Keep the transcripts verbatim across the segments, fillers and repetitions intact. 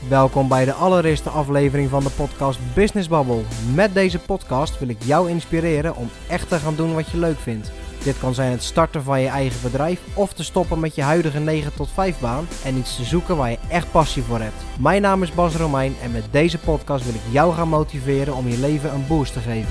Welkom bij de allereerste aflevering van de podcast Business Bubble. Met deze podcast wil ik jou inspireren om echt te gaan doen wat je leuk vindt. Dit kan zijn het starten van je eigen bedrijf of te stoppen met je huidige negen tot vijf baan en iets te zoeken waar je echt passie voor hebt. Mijn naam is Bas Romein en met deze podcast wil ik jou gaan motiveren om je leven een boost te geven.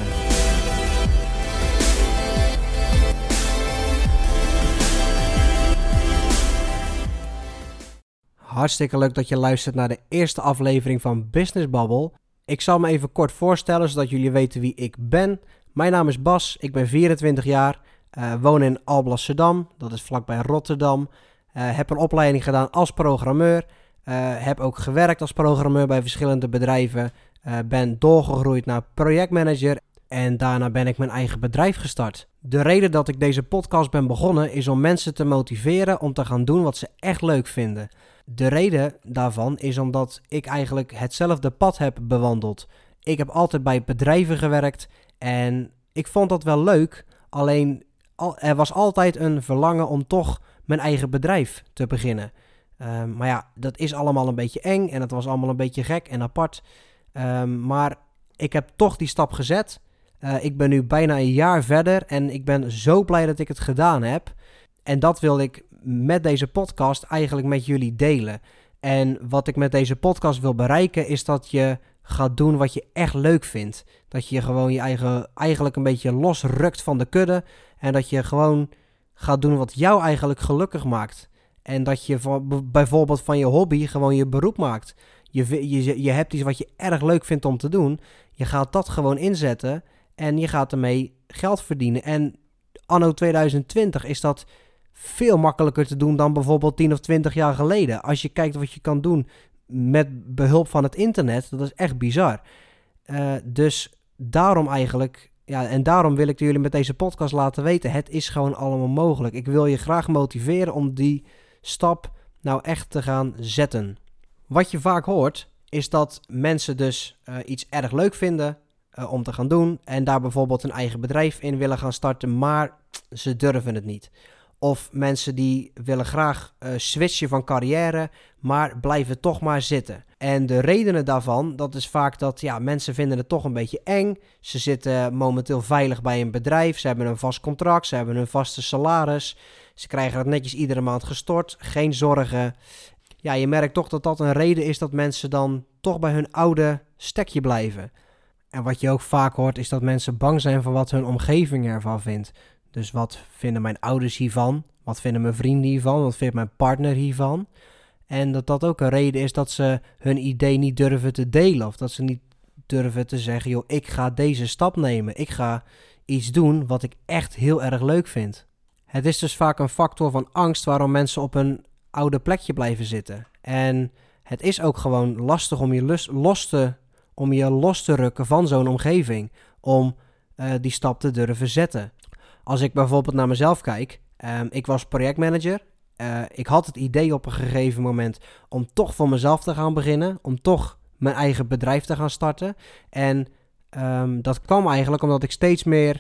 Hartstikke leuk dat je luistert naar de eerste aflevering van Business Bubble. Ik zal me even kort voorstellen zodat jullie weten wie ik ben. Mijn naam is Bas, ik ben vierentwintig jaar, uh, woon in Alblasserdam, dat is vlakbij Rotterdam. Uh, heb een opleiding gedaan als programmeur, uh, heb ook gewerkt als programmeur bij verschillende bedrijven. Uh, ben doorgegroeid naar projectmanager en daarna ben ik mijn eigen bedrijf gestart. De reden dat ik deze podcast ben begonnen is om mensen te motiveren om te gaan doen wat ze echt leuk vinden. De reden daarvan is omdat ik eigenlijk hetzelfde pad heb bewandeld. Ik heb altijd bij bedrijven gewerkt en ik vond dat wel leuk. Alleen er was altijd een verlangen om toch mijn eigen bedrijf te beginnen. Um, maar ja, dat is allemaal een beetje eng en het was allemaal een beetje gek en apart. Um, maar ik heb toch die stap gezet. Uh, ik ben nu bijna een jaar verder en ik ben zo blij dat ik het gedaan heb. En dat wil ik met deze podcast eigenlijk met jullie delen. En wat ik met deze podcast wil bereiken is dat je gaat doen wat je echt leuk vindt. Dat je gewoon je eigen eigenlijk een beetje losrukt van de kudde. En dat je gewoon gaat doen wat jou eigenlijk gelukkig maakt. En dat je van, bijvoorbeeld van je hobby gewoon je beroep maakt. Je, je, je hebt iets wat je erg leuk vindt om te doen. Je gaat dat gewoon inzetten en je gaat ermee geld verdienen. En anno tweeduizend twintig is dat veel makkelijker te doen dan bijvoorbeeld tien of twintig jaar geleden. Als je kijkt wat je kan doen met behulp van het internet, dat is echt bizar. Uh, dus daarom eigenlijk, ja, en daarom wil ik jullie met deze podcast laten weten, het is gewoon allemaal mogelijk. Ik wil je graag motiveren om die stap nou echt te gaan zetten. Wat je vaak hoort, is dat mensen dus uh, iets erg leuk vinden uh, om te gaan doen en daar bijvoorbeeld een eigen bedrijf in willen gaan starten, maar ze durven het niet. Of mensen die willen graag uh, switchen van carrière, maar blijven toch maar zitten. En de redenen daarvan, dat is vaak dat ja, mensen vinden het toch een beetje eng. Ze zitten momenteel veilig bij een bedrijf, ze hebben een vast contract, ze hebben een vaste salaris. Ze krijgen het netjes iedere maand gestort, geen zorgen. Ja, je merkt toch dat dat een reden is dat mensen dan toch bij hun oude stekje blijven. En wat je ook vaak hoort is dat mensen bang zijn voor wat hun omgeving ervan vindt. Dus wat vinden mijn ouders hiervan? Wat vinden mijn vrienden hiervan? Wat vindt mijn partner hiervan? En dat dat ook een reden is dat ze hun idee niet durven te delen. Of dat ze niet durven te zeggen, joh, ik ga deze stap nemen. Ik ga iets doen wat ik echt heel erg leuk vind. Het is dus vaak een factor van angst waarom mensen op een oude plekje blijven zitten. En het is ook gewoon lastig om je los, los, te, om je los te rukken van zo'n omgeving. Om uh, die stap te durven zetten. Als ik bijvoorbeeld naar mezelf kijk, um, ik was projectmanager. Uh, ik had het idee op een gegeven moment om toch voor mezelf te gaan beginnen. Om toch mijn eigen bedrijf te gaan starten. En um, dat kwam eigenlijk omdat ik steeds meer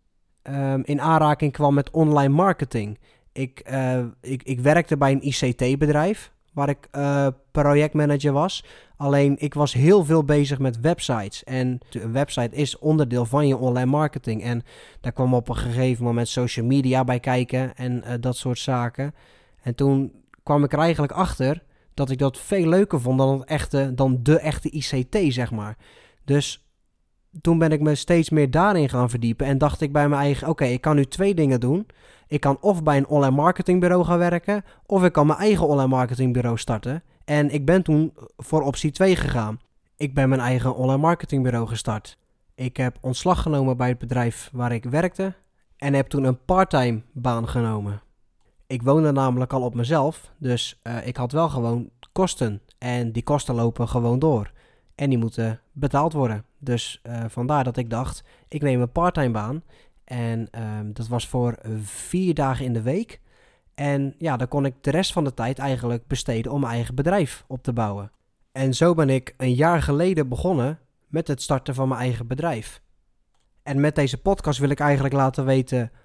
um, in aanraking kwam met online marketing. Ik, uh, ik, ik werkte bij een I C T-bedrijf waar ik uh, projectmanager was. Alleen ik was heel veel bezig met websites. En een website is onderdeel van je online marketing. En daar kwam op een gegeven moment social media bij kijken en uh, dat soort zaken. En toen kwam ik er eigenlijk achter dat ik dat veel leuker vond dan, het echte, dan de echte I C T, zeg maar. Dus toen ben ik me steeds meer daarin gaan verdiepen en dacht ik bij mijn eigen, oké, okay, ik kan nu twee dingen doen. Ik kan of bij een online marketingbureau gaan werken, of ik kan mijn eigen online marketingbureau starten. En ik ben toen voor optie twee gegaan. Ik ben mijn eigen online marketingbureau gestart. Ik heb ontslag genomen bij het bedrijf waar ik werkte en heb toen een parttime baan genomen. Ik woonde namelijk al op mezelf, dus uh, ik had wel gewoon kosten. En die kosten lopen gewoon door. En die moeten betaald worden. Dus uh, vandaar dat ik dacht, ik neem een parttime baan. En um, dat was voor vier dagen in de week. En ja, dan kon ik de rest van de tijd eigenlijk besteden om mijn eigen bedrijf op te bouwen. En zo ben ik een jaar geleden begonnen met het starten van mijn eigen bedrijf. En met deze podcast wil ik eigenlijk laten weten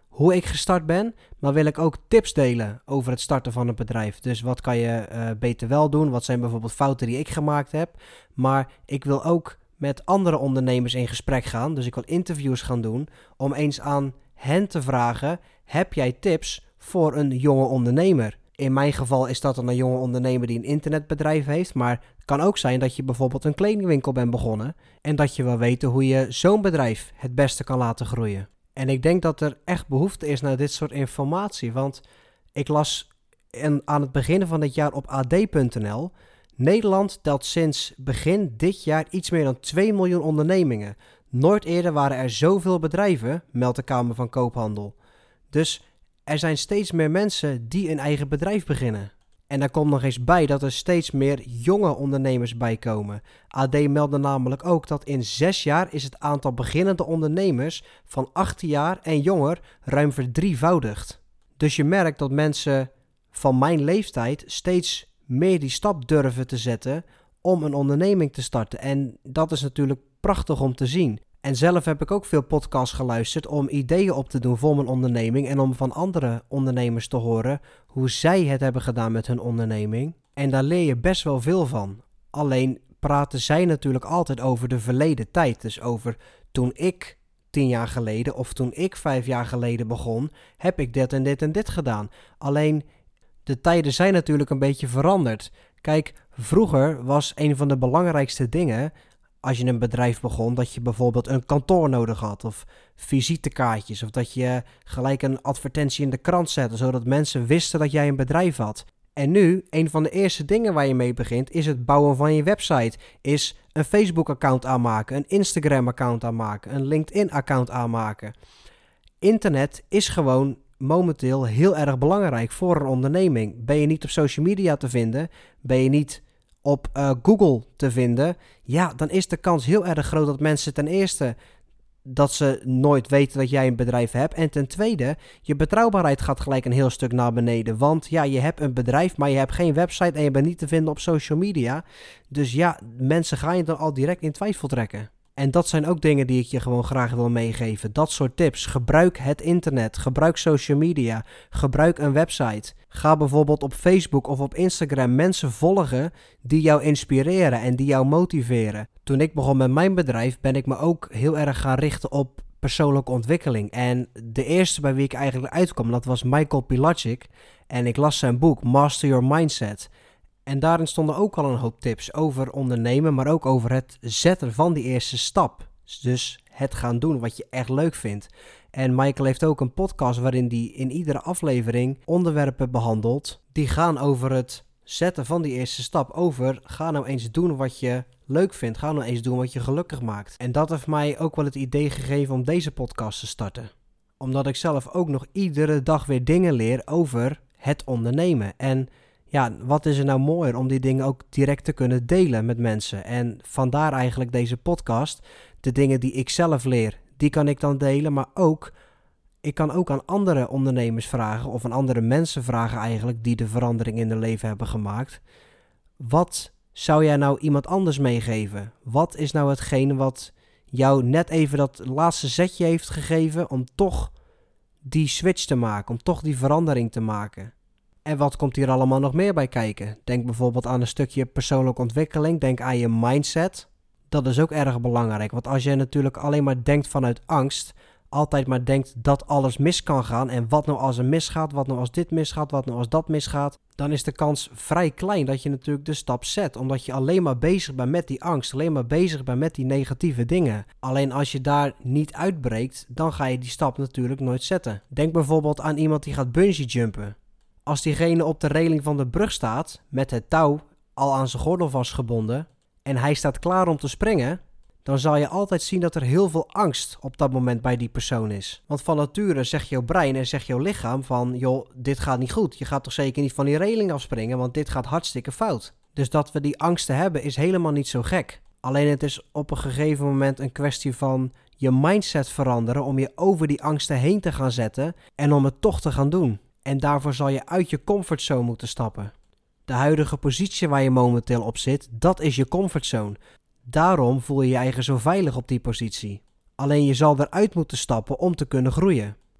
hoe ik gestart ben, maar wil ik ook tips delen over het starten van een bedrijf. Dus wat kan je uh, beter wel doen? Wat zijn bijvoorbeeld fouten die ik gemaakt heb? Maar ik wil ook met andere ondernemers in gesprek gaan. Dus ik wil interviews gaan doen om eens aan hen te vragen: heb jij tips voor een jonge ondernemer? In mijn geval is dat dan een jonge ondernemer die een internetbedrijf heeft. Maar het kan ook zijn dat je bijvoorbeeld een kledingwinkel bent begonnen en dat je wil weten hoe je zo'n bedrijf het beste kan laten groeien. En ik denk dat er echt behoefte is naar dit soort informatie. Want ik las in, aan het begin van dit jaar op A D punt N L... Nederland telt sinds begin dit jaar iets meer dan twee miljoen ondernemingen. Nooit eerder waren er zoveel bedrijven, meldt de Kamer van Koophandel. Dus er zijn steeds meer mensen die een eigen bedrijf beginnen. En daar komt nog eens bij dat er steeds meer jonge ondernemers bij komen. A D meldde namelijk ook dat in zes jaar is het aantal beginnende ondernemers van achttien jaar en jonger ruim verdrievoudigd. Dus je merkt dat mensen van mijn leeftijd steeds meer die stap durven te zetten om een onderneming te starten. En dat is natuurlijk prachtig om te zien. En zelf heb ik ook veel podcasts geluisterd om ideeën op te doen voor mijn onderneming en om van andere ondernemers te horen hoe zij het hebben gedaan met hun onderneming. En daar leer je best wel veel van. Alleen praten zij natuurlijk altijd over de verleden tijd. Dus over toen ik tien jaar geleden of toen ik vijf jaar geleden begon, heb ik dit en dit en dit gedaan. Alleen de tijden zijn natuurlijk een beetje veranderd. Kijk, vroeger was een van de belangrijkste dingen als je een bedrijf begon, dat je bijvoorbeeld een kantoor nodig had of visitekaartjes of dat je gelijk een advertentie in de krant zette, zodat mensen wisten dat jij een bedrijf had. En nu, een van de eerste dingen waar je mee begint, is het bouwen van je website, is een Facebook-account aanmaken, een Instagram-account aanmaken, een LinkedIn-account aanmaken. Internet is gewoon momenteel heel erg belangrijk voor een onderneming. Ben je niet op social media te vinden, ben je niet op uh, Google te vinden, ja, dan is de kans heel erg groot dat mensen ten eerste dat ze nooit weten dat jij een bedrijf hebt en ten tweede, je betrouwbaarheid gaat gelijk een heel stuk naar beneden, want ja, je hebt een bedrijf, maar je hebt geen website en je bent niet te vinden op social media, dus ja, mensen gaan je dan al direct in twijfel trekken. En dat zijn ook dingen die ik je gewoon graag wil meegeven. Dat soort tips. Gebruik het internet. Gebruik social media. Gebruik een website. Ga bijvoorbeeld op Facebook of op Instagram mensen volgen die jou inspireren en die jou motiveren. Toen ik begon met mijn bedrijf ben ik me ook heel erg gaan richten op persoonlijke ontwikkeling. En de eerste bij wie ik eigenlijk uitkwam, dat was Michael Pilatschik. En ik las zijn boek Master Your Mindset. En daarin stonden ook al een hoop tips over ondernemen, maar ook over het zetten van die eerste stap. Dus het gaan doen wat je echt leuk vindt. En Michael heeft ook een podcast waarin hij in iedere aflevering onderwerpen behandelt die gaan over het zetten van die eerste stap. Over, ga nou eens doen wat je leuk vindt. Ga nou eens doen wat je gelukkig maakt. En dat heeft mij ook wel het idee gegeven om deze podcast te starten. Omdat ik zelf ook nog iedere dag weer dingen leer over het ondernemen. En ja, wat is er nou mooier om die dingen ook direct te kunnen delen met mensen. En vandaar eigenlijk deze podcast. De dingen die ik zelf leer, die kan ik dan delen. Maar ook, ik kan ook aan andere ondernemers vragen of aan andere mensen vragen eigenlijk die de verandering in hun leven hebben gemaakt. Wat zou jij nou iemand anders meegeven? Wat is nou hetgene wat jou net even dat laatste zetje heeft gegeven om toch die switch te maken, om toch die verandering te maken? En wat komt hier allemaal nog meer bij kijken? Denk bijvoorbeeld aan een stukje persoonlijke ontwikkeling. Denk aan je mindset. Dat is ook erg belangrijk. Want als je natuurlijk alleen maar denkt vanuit angst, altijd maar denkt dat alles mis kan gaan. En wat nou als er misgaat, wat nou als dit misgaat, wat nou als dat misgaat. Dan is de kans vrij klein dat je natuurlijk de stap zet. Omdat je alleen maar bezig bent met die angst. Alleen maar bezig bent met die negatieve dingen. Alleen als je daar niet uitbreekt, dan ga je die stap natuurlijk nooit zetten. Denk bijvoorbeeld aan iemand die gaat bungee jumpen. Als diegene op de reling van de brug staat, met het touw al aan zijn gordel vastgebonden en hij staat klaar om te springen, dan zal je altijd zien dat er heel veel angst op dat moment bij die persoon is. Want van nature zegt jouw brein en zegt jouw lichaam van, joh, dit gaat niet goed. Je gaat toch zeker niet van die reling afspringen, want dit gaat hartstikke fout. Dus dat we die angsten hebben is helemaal niet zo gek. Alleen het is op een gegeven moment een kwestie van je mindset veranderen om je over die angsten heen te gaan zetten en om het toch te gaan doen. En daarvoor zal je uit je comfortzone moeten stappen. De huidige positie waar je momenteel op zit, dat is je comfortzone. Daarom voel je je eigen zo veilig op die positie. Alleen je zal eruit moeten stappen om te kunnen groeien.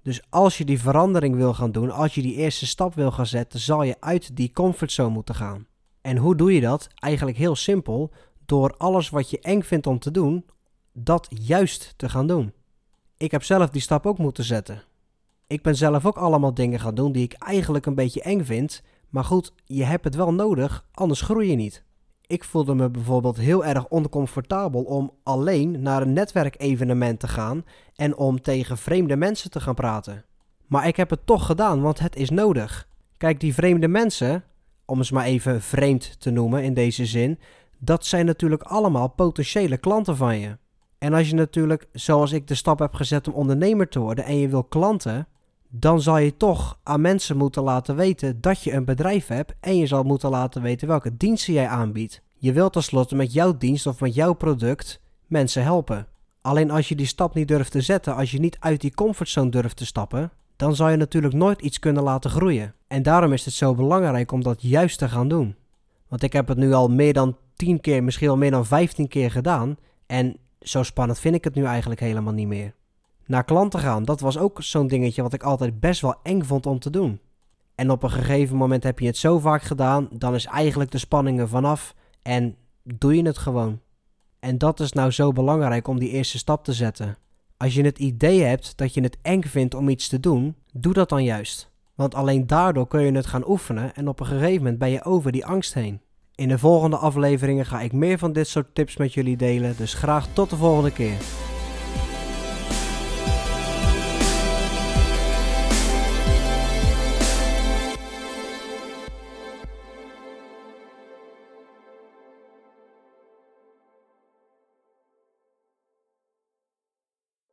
Dus als je die verandering wil gaan doen, als je die eerste stap wil gaan zetten, zal je uit die comfortzone moeten gaan. En hoe doe je dat? Eigenlijk heel simpel, door alles wat je eng vindt om te doen, dat juist te gaan doen. Ik heb zelf die stap ook moeten zetten. Ik ben zelf ook allemaal dingen gaan doen die ik eigenlijk een beetje eng vind, maar goed, je hebt het wel nodig, anders groei je niet. Ik voelde me bijvoorbeeld heel erg oncomfortabel om alleen naar een netwerkevenement te gaan en om tegen vreemde mensen te gaan praten. Maar ik heb het toch gedaan, want het is nodig. Kijk, die vreemde mensen, om ze maar even vreemd te noemen in deze zin, dat zijn natuurlijk allemaal potentiële klanten van je. En als je natuurlijk, zoals ik de stap heb gezet om ondernemer te worden en je wil klanten, dan zal je toch aan mensen moeten laten weten dat je een bedrijf hebt en je zal moeten laten weten welke diensten jij aanbiedt. Je wilt tenslotte met jouw dienst of met jouw product mensen helpen. Alleen als je die stap niet durft te zetten, als je niet uit die comfortzone durft te stappen, dan zal je natuurlijk nooit iets kunnen laten groeien. En daarom is het zo belangrijk om dat juist te gaan doen. Want ik heb het nu al meer dan tien keer, misschien wel meer dan vijftien keer gedaan en zo spannend vind ik het nu eigenlijk helemaal niet meer. Naar klanten gaan, dat was ook zo'n dingetje wat ik altijd best wel eng vond om te doen. En op een gegeven moment heb je het zo vaak gedaan, dan is eigenlijk de spanning er vanaf en doe je het gewoon. En dat is nou zo belangrijk om die eerste stap te zetten. Als je het idee hebt dat je het eng vindt om iets te doen, doe dat dan juist. Want alleen daardoor kun je het gaan oefenen en op een gegeven moment ben je over die angst heen. In de volgende afleveringen ga ik meer van dit soort tips met jullie delen, dus graag tot de volgende keer.